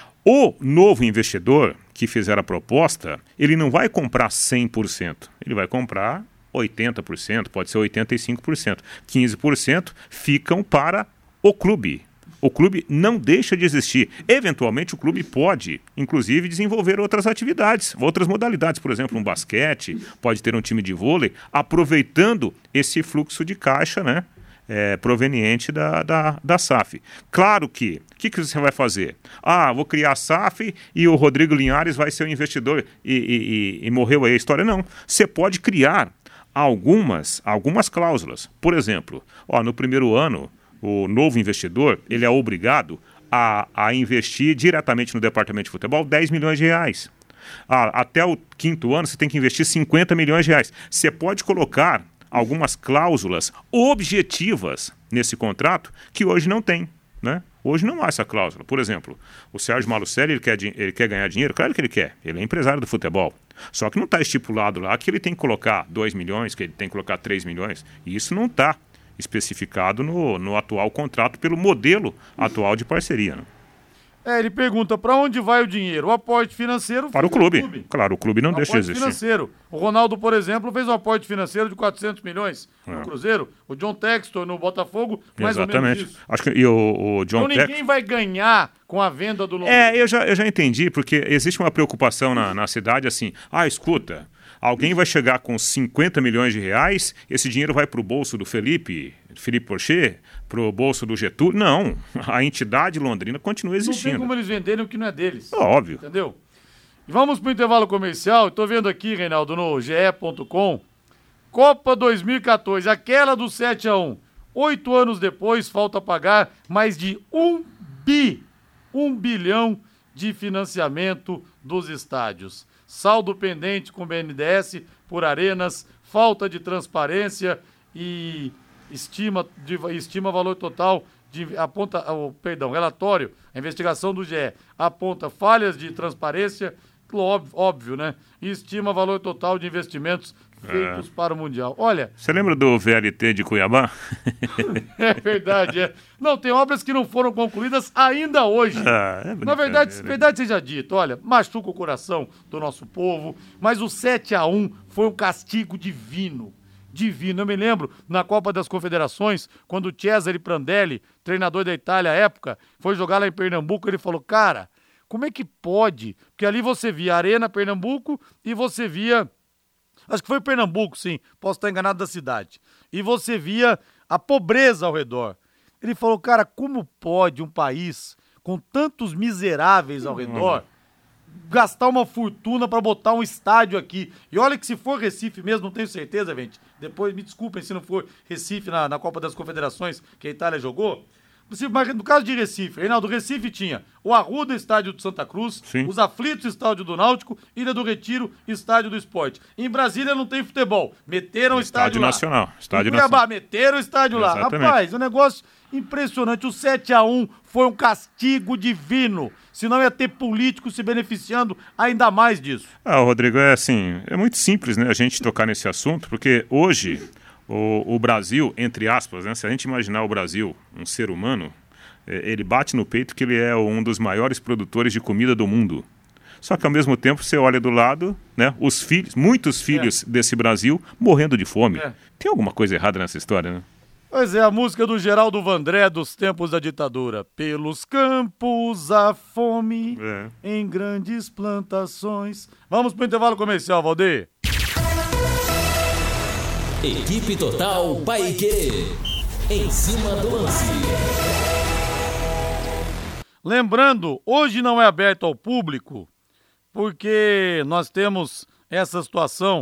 O novo investidor que fizer a proposta, ele não vai comprar cem por cento. Ele vai comprar oitenta por cento, pode ser oitenta e cinco por cento. quinze por cento ficam para o clube. O clube não deixa de existir. Eventualmente, o clube pode, inclusive, desenvolver outras atividades, outras modalidades. Por exemplo, um basquete, pode ter um time de vôlei, aproveitando esse fluxo de caixa, né, é, proveniente da, da, da S A F. Claro que, o que, que você vai fazer? Ah, vou criar a S A F e o Rodrigo Linhares vai ser o investidor e, e, e, e morreu aí a história. Não. Você pode criar algumas, algumas cláusulas. Por exemplo, ó, no primeiro ano, o novo investidor, ele é obrigado a, a investir diretamente no departamento de futebol dez milhões de reais. Ah, até o quinto ano, você tem que investir cinquenta milhões de reais. Você pode colocar algumas cláusulas objetivas nesse contrato que hoje não tem, né? Hoje não há essa cláusula. Por exemplo, o Sérgio Malucelli, ele quer, ele quer ganhar dinheiro? Claro que ele quer. Ele é empresário do futebol. Só que não está estipulado lá que ele tem que colocar dois milhões, que ele tem que colocar três milhões. E isso não está especificado no, no atual contrato pelo modelo atual de parceria. Né? É, ele pergunta, para onde vai o dinheiro? O aporte financeiro... Para o clube. clube. Claro, o clube não o deixa de existir. Financeiro. O Ronaldo, por exemplo, fez um aporte financeiro de quatrocentos milhões é. no Cruzeiro. O John Textor no Botafogo, mais Exatamente. ou menos isso. Acho que, e o, o John então ninguém Tex... vai ganhar com a venda do Londrina. É, eu já, eu já entendi, porque existe uma preocupação na, na cidade assim, ah, escuta... Alguém vai chegar com cinquenta milhões de reais, esse dinheiro vai para o bolso do Felipe, Felipe Porcher, para o bolso do Getúlio. Não, a entidade Londrina continua existindo. Não tem como eles venderem o que não é deles. Óbvio. Entendeu? Vamos para o intervalo comercial. Estou vendo aqui, Reinaldo, no G E ponto com. Copa dois mil e quatorze, aquela do sete a um. Oito anos depois, falta pagar mais de um bi, um bilhão de financiamento dos estádios. saldo pendente com o B N D E S por Arenas, falta de transparência e estima, de, estima valor total, de, aponta, oh, perdão, relatório, a investigação do G E aponta falhas de transparência, óbvio, óbvio, né? E estima valor total de investimentos feitos é. para o Mundial. Olha... Você lembra do V L T de Cuiabá? É verdade, é. Não, tem obras que não foram concluídas ainda hoje. Ah, é Na verdade, verdade seja dito, olha, machuca o coração do nosso povo, mas o sete a um foi um castigo divino. Divino. Eu me lembro, na Copa das Confederações, quando o Cesare Prandelli, treinador da Itália à época, foi jogar lá em Pernambuco, ele falou, cara, como é que pode? Porque ali você via Arena Pernambuco e você via... Acho que foi Pernambuco, sim. Posso estar enganado da cidade. E você via a pobreza ao redor. Ele falou, cara, como pode um país com tantos miseráveis ao redor gastar uma fortuna para botar um estádio aqui? E olha que se for Recife mesmo, não tenho certeza, gente. Depois me desculpem se não for Recife na, na Copa das Confederações que a Itália jogou. Mas no caso de Recife, Reinaldo, Recife tinha o Arruda, estádio do Santa Cruz, Sim. os Aflitos, estádio do Náutico, Ilha do Retiro, estádio do Esporte. Em Brasília não tem futebol, meteram o estádio, estádio lá. Nacional. Estádio em Cuiabá, nacional. meteram o estádio Exatamente. lá. Rapaz, um negócio impressionante. O sete a um foi um castigo divino, senão ia ter políticos se beneficiando ainda mais disso. Ah, Rodrigo, é assim, é muito simples, né, a gente tocar nesse assunto, porque hoje... O, o Brasil, entre aspas, né, se a gente imaginar o Brasil, um ser humano, é, ele bate no peito que ele é um dos maiores produtores de comida do mundo. Só que ao mesmo tempo você olha do lado, né, os filhos, muitos filhos é. desse Brasil morrendo de fome. É. Tem alguma coisa errada nessa história, né? Pois é, a música do Geraldo Vandré dos tempos da ditadura. Pelos campos a fome, é. em grandes plantações. Vamos pro intervalo comercial, Valdir. Equipe Total Paiquerê, em cima do lance. Lembrando, hoje não é aberto ao público, porque nós temos essa situação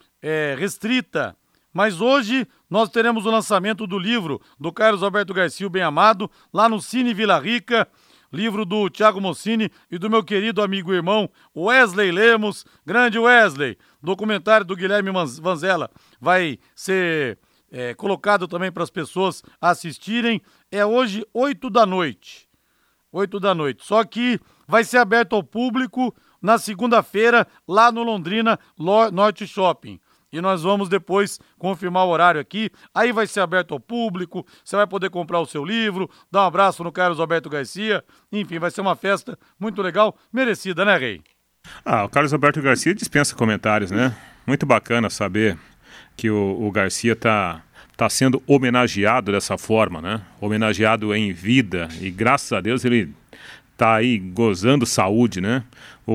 é, restrita, mas hoje nós teremos o lançamento do livro do Carlos Alberto Garcia, o Bem Amado, lá no Cine Vila Rica, livro do Thiago Mossini e do meu querido amigo e irmão Wesley Lemos, grande Wesley. Documentário do Guilherme Vanzella vai ser é, colocado também para as pessoas assistirem. É hoje, oito da noite. oito da noite. Só que vai ser aberto ao público na segunda-feira, lá no Londrina Norte Shopping. E nós vamos depois confirmar o horário aqui. Aí vai ser aberto ao público, você vai poder comprar o seu livro, dar um abraço no Carlos Alberto Garcia. Enfim, vai ser uma festa muito legal, merecida, né, Rei? Ah, o Carlos Alberto Garcia dispensa comentários, né? Muito bacana saber que o, o Garcia tá, tá sendo homenageado dessa forma, né? Homenageado em vida e graças a Deus ele tá aí gozando saúde, né?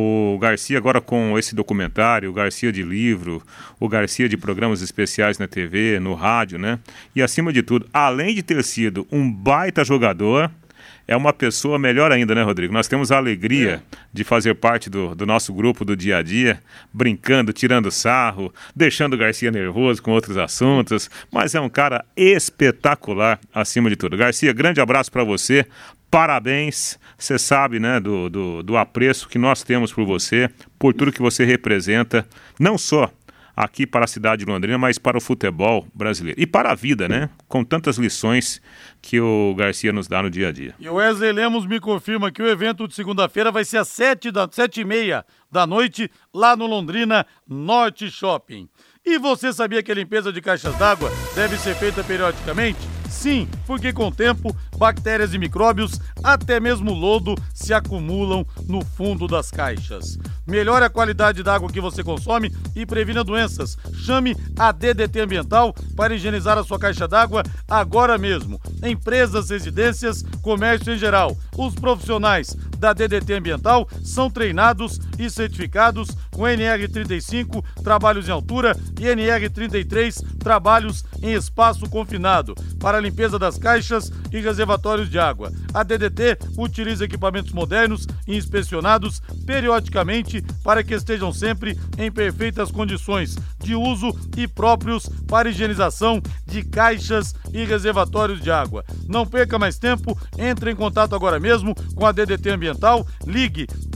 O Garcia agora com esse documentário, o Garcia de livro, o Garcia de programas especiais na T V, no rádio, né? E acima de tudo, além de ter sido um baita jogador, é uma pessoa melhor ainda, né, Rodrigo? Nós temos a alegria é. de fazer parte do, do nosso grupo do dia a dia, brincando, tirando sarro, deixando o Garcia nervoso com outros assuntos, mas é um cara espetacular acima de tudo. Garcia, grande abraço para você, parabéns, você sabe, né, do, do, do apreço que nós temos por você, por tudo que você representa, não só aqui para a cidade de Londrina, mas para o futebol brasileiro. E para a vida, né? Com tantas lições que o Garcia nos dá no dia a dia. E o Wesley Lemos me confirma que o evento de segunda-feira vai ser às sete, da, sete e meia da noite, lá no Londrina Norte Shopping. E você sabia que a limpeza de caixas d'água deve ser feita periodicamente? Sim, porque com o tempo, bactérias e micróbios, até mesmo lodo, se acumulam no fundo das caixas. Melhore a qualidade da água que você consome e previna doenças. Chame a D D T Ambiental para higienizar a sua caixa d'água agora mesmo. Empresas, residências, comércio em geral. Os profissionais da D D T Ambiental são treinados e certificados com N R trinta e cinco, trabalhos em altura, e N R trinta e três, trabalhos em espaço confinado, para a limpeza das caixas e reservatórios de água. A D D T utiliza equipamentos modernos e inspecionados periodicamente para que estejam sempre em perfeitas condições de uso e próprios para higienização de caixas e reservatórios de água. Não perca mais tempo, entre em contato agora mesmo com a D D T Ambiental, ligue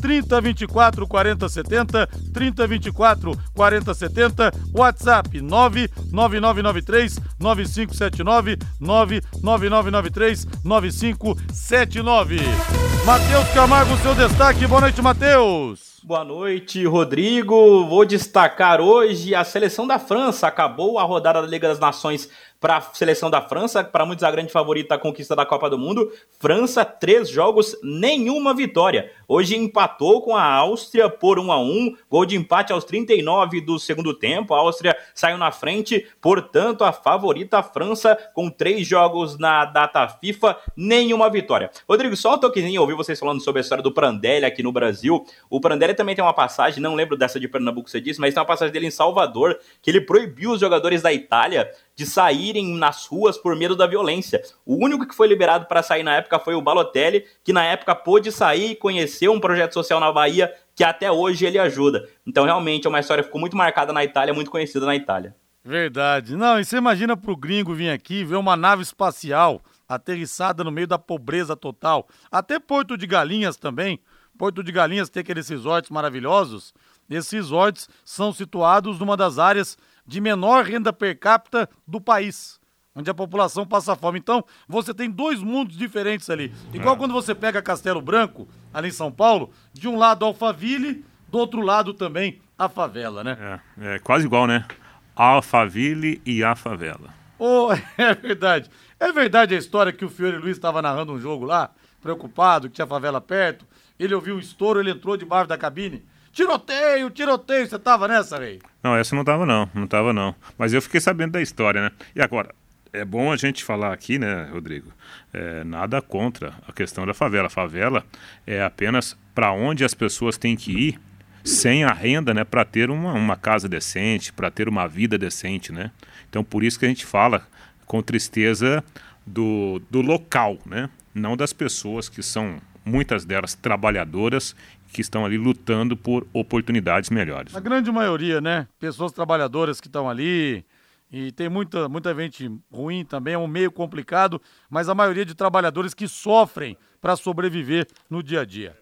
trinta, vinte e quatro, quarenta, setenta, trinta, vinte e quatro, quarenta, setenta, WhatsApp nove nove nove nove três nove cinco sete nove, nove nove nove nove três nove cinco sete nove. Matheus Camargo, seu destaque. Boa noite, Matheus. Boa noite, Rodrigo. Vou destacar hoje a seleção da França. Acabou a rodada da Liga das Nações para a seleção da França, para muitos a grande favorita à conquista da Copa do Mundo. França, três jogos, nenhuma vitória. Hoje empatou com a Áustria por um a um, gol de empate aos trinta e nove do segundo tempo. A Áustria saiu na frente, portanto a favorita a França, com três jogos na data FIFA, nenhuma vitória. Rodrigo, só um toquezinho, eu ouvi vocês falando sobre a história do Prandelli aqui no Brasil. O Prandelli também tem uma passagem, não lembro dessa de Pernambuco que você disse, mas tem uma passagem dele em Salvador, que ele proibiu os jogadores da Itália de saírem nas ruas por medo da violência. O único que foi liberado para sair na época foi o Balotelli, que na época pôde sair e conheceu um projeto social na Bahia que até hoje ele ajuda. Então realmente é uma história que ficou muito marcada na Itália, muito conhecida na Itália. Verdade. Não, e você imagina pro gringo vir aqui ver uma nave espacial aterrissada no meio da pobreza total. Até Porto de Galinhas também. Porto de Galinhas tem aqueles resorts maravilhosos. Esses resorts são situados numa das áreas de menor renda per capita do país, onde a população passa fome. Então, você tem dois mundos diferentes ali. Igual é. Quando você pega Castelo Branco, ali em São Paulo, de um lado Alphaville, do outro lado também a favela, né? É, é quase igual, né? Alphaville e a favela. Oh, é verdade. É verdade a história que o Fiore Luiz estava narrando um jogo lá, preocupado, que tinha favela perto. Ele ouviu um estouro, ele entrou debaixo da cabine. Tiroteio, tiroteio, você tava nessa, Rei? Não, essa não tava não, não tava não. Mas eu fiquei sabendo da história, né? E agora, é bom a gente falar aqui, né, Rodrigo? É, nada contra a questão da favela. A favela é apenas para onde as pessoas têm que ir sem a renda, né? Para ter uma, uma casa decente, para ter uma vida decente, né? Então, por isso que a gente fala com tristeza do, do local, né? Não das pessoas que são, muitas delas, trabalhadoras, que estão ali lutando por oportunidades melhores. A grande maioria, né? Pessoas trabalhadoras que estão ali, e tem muita, muita gente ruim também, é um meio complicado, mas a maioria de trabalhadores que sofrem para sobreviver no dia a dia.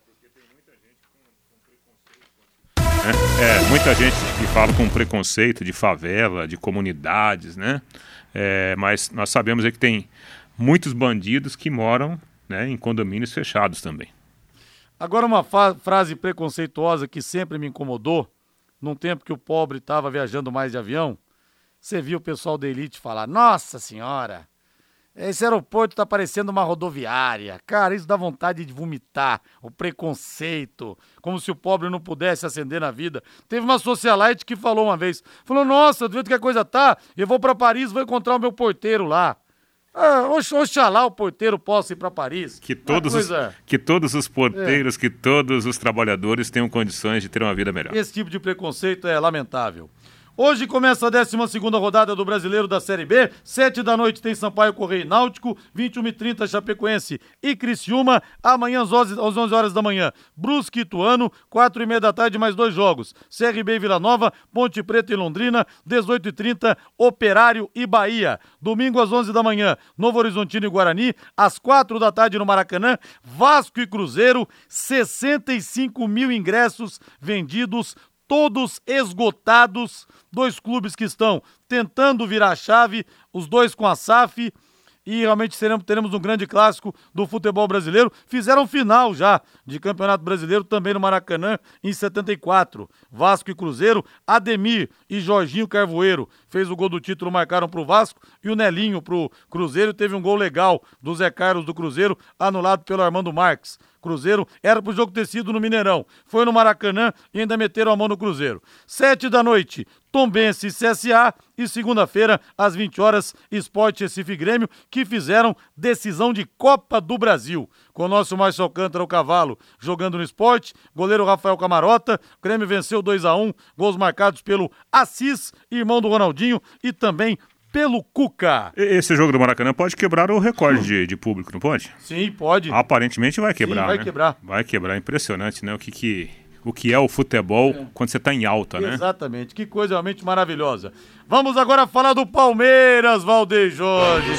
É, é, muita gente que fala com preconceito de favela, de comunidades, né? É, mas nós sabemos é que tem muitos bandidos que moram, né, em condomínios fechados também. Agora uma fa- frase preconceituosa que sempre me incomodou, num tempo que o pobre estava viajando mais de avião, você viu o pessoal da elite falar, nossa senhora, esse aeroporto está parecendo uma rodoviária. Cara, isso dá vontade de vomitar, o preconceito, como se o pobre não pudesse ascender na vida. Teve uma socialite que falou uma vez, falou, nossa, do jeito que a coisa tá, eu vou para Paris, vou encontrar o meu porteiro lá. Ah, oxalá o porteiro possa ir para Paris. Que todos, os, que todos os porteiros, é. que todos os trabalhadores tenham condições de ter uma vida melhor. Esse tipo de preconceito é lamentável. Hoje começa a décima segunda rodada do Brasileiro da Série B. Sete da noite tem Sampaio Correia e Náutico. vinte e uma e trinta Chapecoense e Criciúma. Amanhã às onze horas da manhã, Brusque e Ituano. Quatro e meia da tarde, mais dois jogos. C R B e Vila Nova, Ponte Preta e Londrina. dezoito e trinta Operário e Bahia. Domingo às onze da manhã, Novo Horizontino e Guarani. Às quatro da tarde no Maracanã, Vasco e Cruzeiro. sessenta e cinco mil ingressos vendidos, todos esgotados, dois clubes que estão tentando virar a chave, os dois com a S A F, e realmente teremos, teremos um grande clássico do futebol brasileiro. Fizeram final já de Campeonato Brasileiro também no Maracanã em setenta e quatro. Vasco e Cruzeiro, Ademir e Jorginho Carvoeiro fez o gol do título, marcaram pro Vasco, e o Nelinho pro Cruzeiro teve um gol legal do Zé Carlos do Cruzeiro, anulado pelo Armando Marques. Cruzeiro era pro jogo ter sido no Mineirão, foi no Maracanã e ainda meteram a mão no Cruzeiro. Sete da noite, Tombense e C S A, e segunda-feira, às vinte horas, Sport Recife e Grêmio, que fizeram decisão de Copa do Brasil. Com o nosso Márcio Alcântara, o cavalo, jogando no Sport, goleiro Rafael Camarota, o Grêmio venceu dois a um, gols marcados pelo Assis, irmão do Ronaldinho, e também pelo Cuca. Esse jogo do Maracanã pode quebrar o recorde de, de público, não pode? Sim, pode. Aparentemente vai quebrar, Sim, vai né? quebrar. Vai quebrar, impressionante, né? O que, que, o que é o futebol é. quando você está em alta, né? Exatamente, que coisa realmente maravilhosa. Vamos agora falar do Palmeiras, Valdeir Jorge.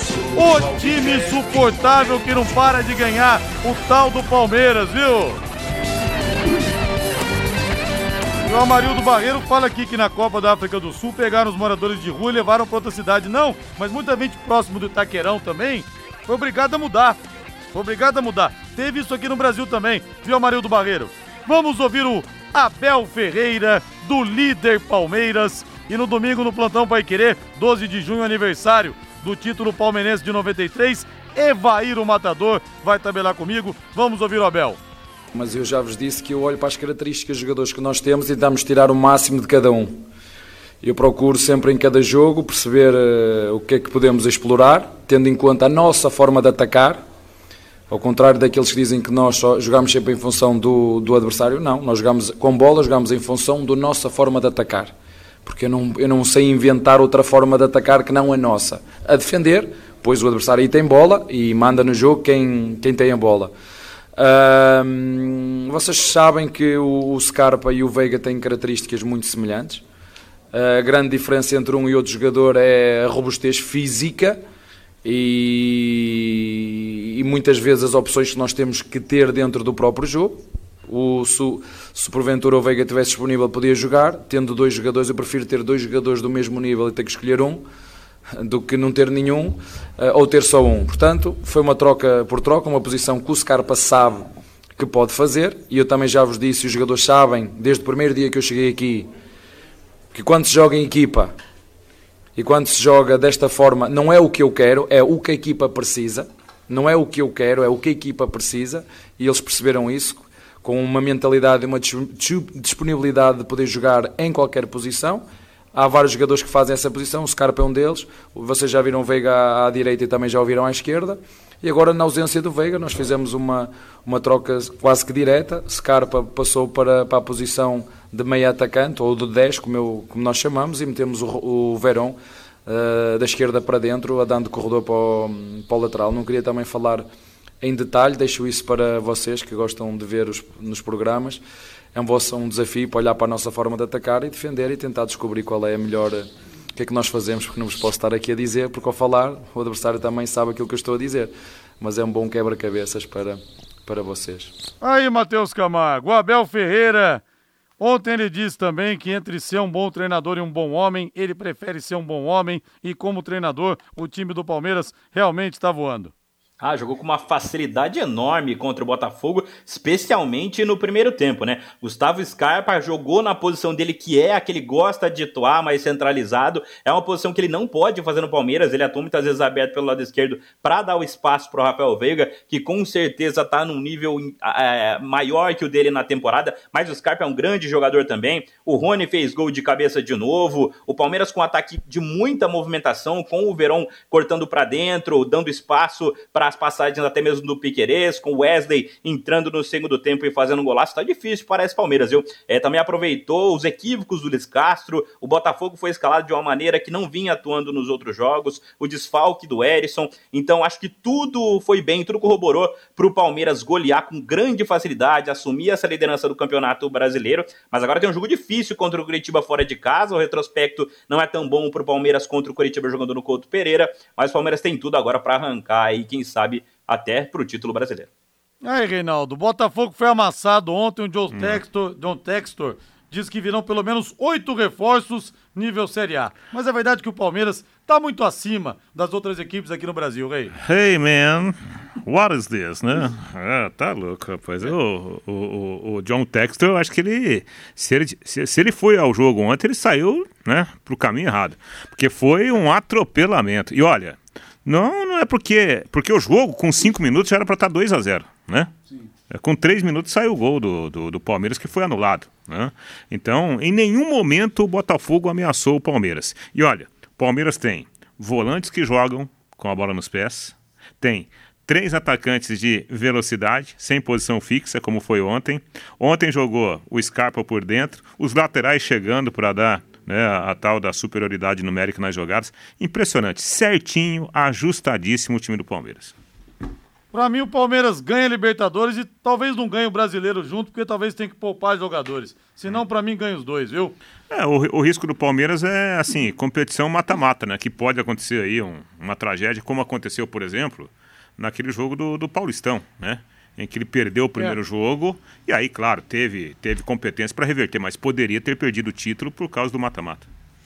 O time insuportável que não para de ganhar, o tal do Palmeiras, viu? E o Amarildo Barreiro fala aqui que na Copa da África do Sul pegaram os moradores de rua e levaram para outra cidade. Não, mas muita gente próximo do Itaquerão também foi obrigada a mudar. Foi obrigada a mudar. Teve isso aqui no Brasil também, viu, Amarildo Barreiro? Vamos ouvir o Abel Ferreira, do líder Palmeiras. E no domingo, no Plantão Paiquerê, doze de junho, aniversário do título palmeirense de noventa e três, Evair o Matador vai tabelar comigo. Vamos ouvir o Abel. Mas eu já vos disse que eu olho para as características dos jogadores que nós temos e tentamos tirar o máximo de cada um. Eu procuro sempre em cada jogo perceber uh, o que é que podemos explorar, tendo em conta a nossa forma de atacar. Ao contrário daqueles que dizem que nós só jogamos sempre em função do, do adversário, não. Nós jogamos com bola, jogamos em função da nossa forma de atacar. Porque eu não, eu não sei inventar outra forma de atacar que não a nossa. A defender, pois o adversário aí tem bola e manda no jogo quem, quem tem a bola. Uh, vocês sabem que o, o Scarpa e o Veiga têm características muito semelhantes. Uh, a grande diferença entre um e outro jogador é a robustez física e, e muitas vezes as opções que nós temos que ter dentro do próprio jogo. O, se, se porventura o Veiga estivesse disponível, podia jogar. Tendo dois jogadores, eu prefiro ter dois jogadores do mesmo nível e ter que escolher um do que não ter nenhum ou ter só um. Portanto, foi uma troca por troca, uma posição que o Scarpa sabe que pode fazer, e eu também já vos disse, os jogadores sabem, desde o primeiro dia que eu cheguei aqui, que quando se joga em equipa e quando se joga desta forma, não é o que eu quero, é o que a equipa precisa. Não é o que eu quero, é o que a equipa precisa, e eles perceberam isso, com uma mentalidade e uma disponibilidade de poder jogar em qualquer posição. Há vários jogadores que fazem essa posição, o Scarpa é um deles. Vocês já viram o Veiga à, à direita e também já o viram à esquerda. E agora, na ausência do Veiga, nós fizemos uma, uma troca quase que direta. Scarpa passou para, para a posição de meia atacante, ou de dez, como, eu, como nós chamamos, e metemos o, o Verón uh, da esquerda para dentro, a dando corredor para o, para o lateral. Não queria também falar em detalhe, deixo isso para vocês que gostam de ver os, nos programas. É um, um desafio para olhar para a nossa forma de atacar e defender e tentar descobrir qual é a melhor, o que é que nós fazemos, porque não vos posso estar aqui a dizer, porque ao falar o adversário também sabe aquilo que eu estou a dizer, mas é um bom quebra-cabeças para, para vocês. Aí, Matheus Camargo, o Abel Ferreira, ontem ele disse também que entre ser um bom treinador e um bom homem, ele prefere ser um bom homem, e como treinador, o time do Palmeiras realmente está voando. Ah, jogou com uma facilidade enorme contra o Botafogo, especialmente no primeiro tempo, né? Gustavo Scarpa jogou na posição dele, que é a que ele gosta de atuar, mais centralizado. É uma posição que ele não pode fazer no Palmeiras, ele atua muitas vezes aberto pelo lado esquerdo para dar o espaço para o Rafael Veiga, que com certeza está num nível é, maior que o dele na temporada, mas o Scarpa é um grande jogador também. O Rony fez gol de cabeça de novo, o Palmeiras com um ataque de muita movimentação, com o Verón cortando para dentro, dando espaço para as passagens até mesmo do Piquerez, com o Wesley entrando no segundo tempo e fazendo um golaço. Tá difícil para esse Palmeiras, viu? É, também aproveitou os equívocos do Luiz Castro, o Botafogo foi escalado de uma maneira que não vinha atuando nos outros jogos, o desfalque do Erisson, então acho que tudo foi bem, tudo corroborou para o Palmeiras golear com grande facilidade, assumir essa liderança do Campeonato Brasileiro, mas agora tem um jogo difícil contra o Curitiba fora de casa, o retrospecto não é tão bom para o Palmeiras contra o Curitiba jogando no Couto Pereira, mas o Palmeiras tem tudo agora para arrancar aí, quem sabe sabe, até pro título brasileiro. Aí, Reinaldo, o Botafogo foi amassado ontem, o John, hum. Textor, John Textor diz que virão pelo menos oito reforços nível Série A. Mas é verdade que o Palmeiras tá muito acima das outras equipes aqui no Brasil, Rei. Hey, man, what is this, né? Ah, tá louco, rapaz. É. O, o, o, o John Textor, eu acho que ele se, ele, se, se ele foi ao jogo ontem, ele saiu, né, pro caminho errado. Porque foi um atropelamento. E olha, Não, não é porque... Porque o jogo, com cinco minutos, já era para estar dois a zero, né? Sim. Com três minutos saiu o gol do, do, do Palmeiras, que foi anulado, né? Então, em nenhum momento o Botafogo ameaçou o Palmeiras. E olha, o Palmeiras tem volantes que jogam com a bola nos pés, tem três atacantes de velocidade, sem posição fixa, como foi ontem. Ontem jogou o Scarpa por dentro, os laterais chegando para dar... Né, a, a tal da superioridade numérica nas jogadas. Impressionante, certinho, ajustadíssimo o time do Palmeiras. Pra mim o Palmeiras ganha a Libertadores e talvez não ganhe o Brasileiro junto, porque talvez tenha que poupar jogadores. Senão pra mim ganha os dois, viu? É, o, o risco do Palmeiras é assim, competição mata-mata, né? Que pode acontecer aí um, uma tragédia, como aconteceu, por exemplo, naquele jogo do, do Paulistão, né? em que ele perdeu o primeiro é. jogo, e aí, claro, teve, teve competência para reverter, mas poderia ter perdido o título por causa do mata-mata.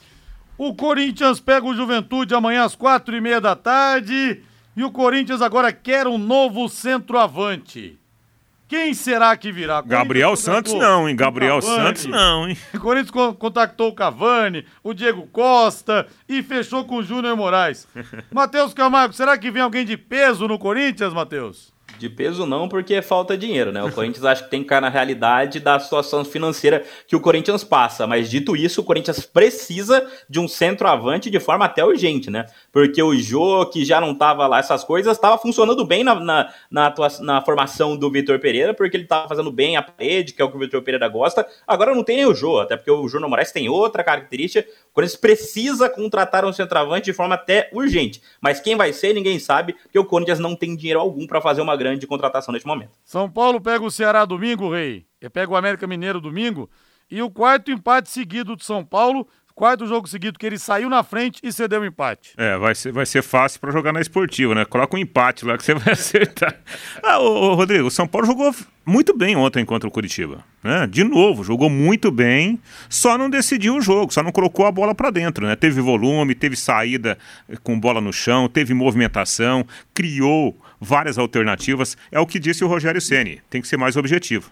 O Corinthians pega o Juventude amanhã às quatro e meia da tarde, e o Corinthians agora quer um novo centroavante. Quem será que virá? Gabriel Santos não, hein? Gabriel Santos não, hein? O Corinthians contactou o Cavani, o Diego Costa e fechou com o Júnior Moraes. Matheus Camargo, será que vem alguém de peso no Corinthians, Matheus? De peso não, porque falta dinheiro, né? O Corinthians acho que tem que ficar na realidade da situação financeira que o Corinthians passa. Mas dito isso, o Corinthians precisa de um centroavante de forma até urgente, né? Porque o Jô, que já não estava lá, essas coisas, estava funcionando bem na, na, na, atuação, na formação do Vitor Pereira, porque ele estava fazendo bem a parede, que é o que o Vitor Pereira gosta. Agora não tem nem o Jô, até porque o Júnior Moraes tem outra característica. O Corinthians precisa contratar um centroavante de forma até urgente. Mas quem vai ser, ninguém sabe, porque o Corinthians não tem dinheiro algum para fazer uma grande contratação neste momento. São Paulo pega o Ceará domingo, Rei. Ele pega o América Mineiro domingo. E o quarto empate seguido do São Paulo, quarto jogo seguido que ele saiu na frente e cedeu o empate. É, vai ser, vai ser fácil pra jogar na Esportiva, né? Coloca um empate lá que você vai acertar. Ah, ô, ô, Rodrigo, o São Paulo jogou muito bem ontem contra o Curitiba, né? De novo, jogou muito bem, só não decidiu o jogo, só não colocou a bola pra dentro, né? Teve volume, teve saída com bola no chão, teve movimentação, criou várias alternativas. É o que disse o Rogério Ceni, tem que ser mais objetivo.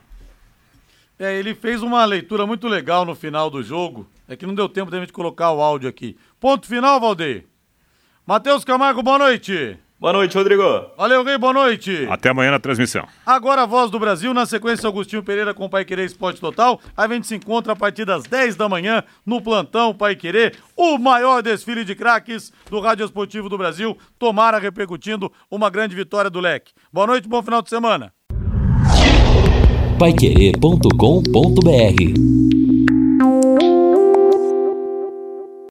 É, ele fez uma leitura muito legal no final do jogo. É que não deu tempo de a gente colocar o áudio aqui. Ponto final, Valdeir. Matheus Camargo, boa noite. Boa noite, Rodrigo. Valeu, Rei, boa noite. Até amanhã na transmissão. Agora a Voz do Brasil, na sequência Agostinho Pereira com o Pai Querer Esporte Total. A gente se encontra a partir das dez da manhã no Plantão Pai Querer, o maior desfile de craques do Rádio Esportivo do Brasil. Tomara repercutindo uma grande vitória do Leque. Boa noite, bom final de semana. pai querer ponto com ponto br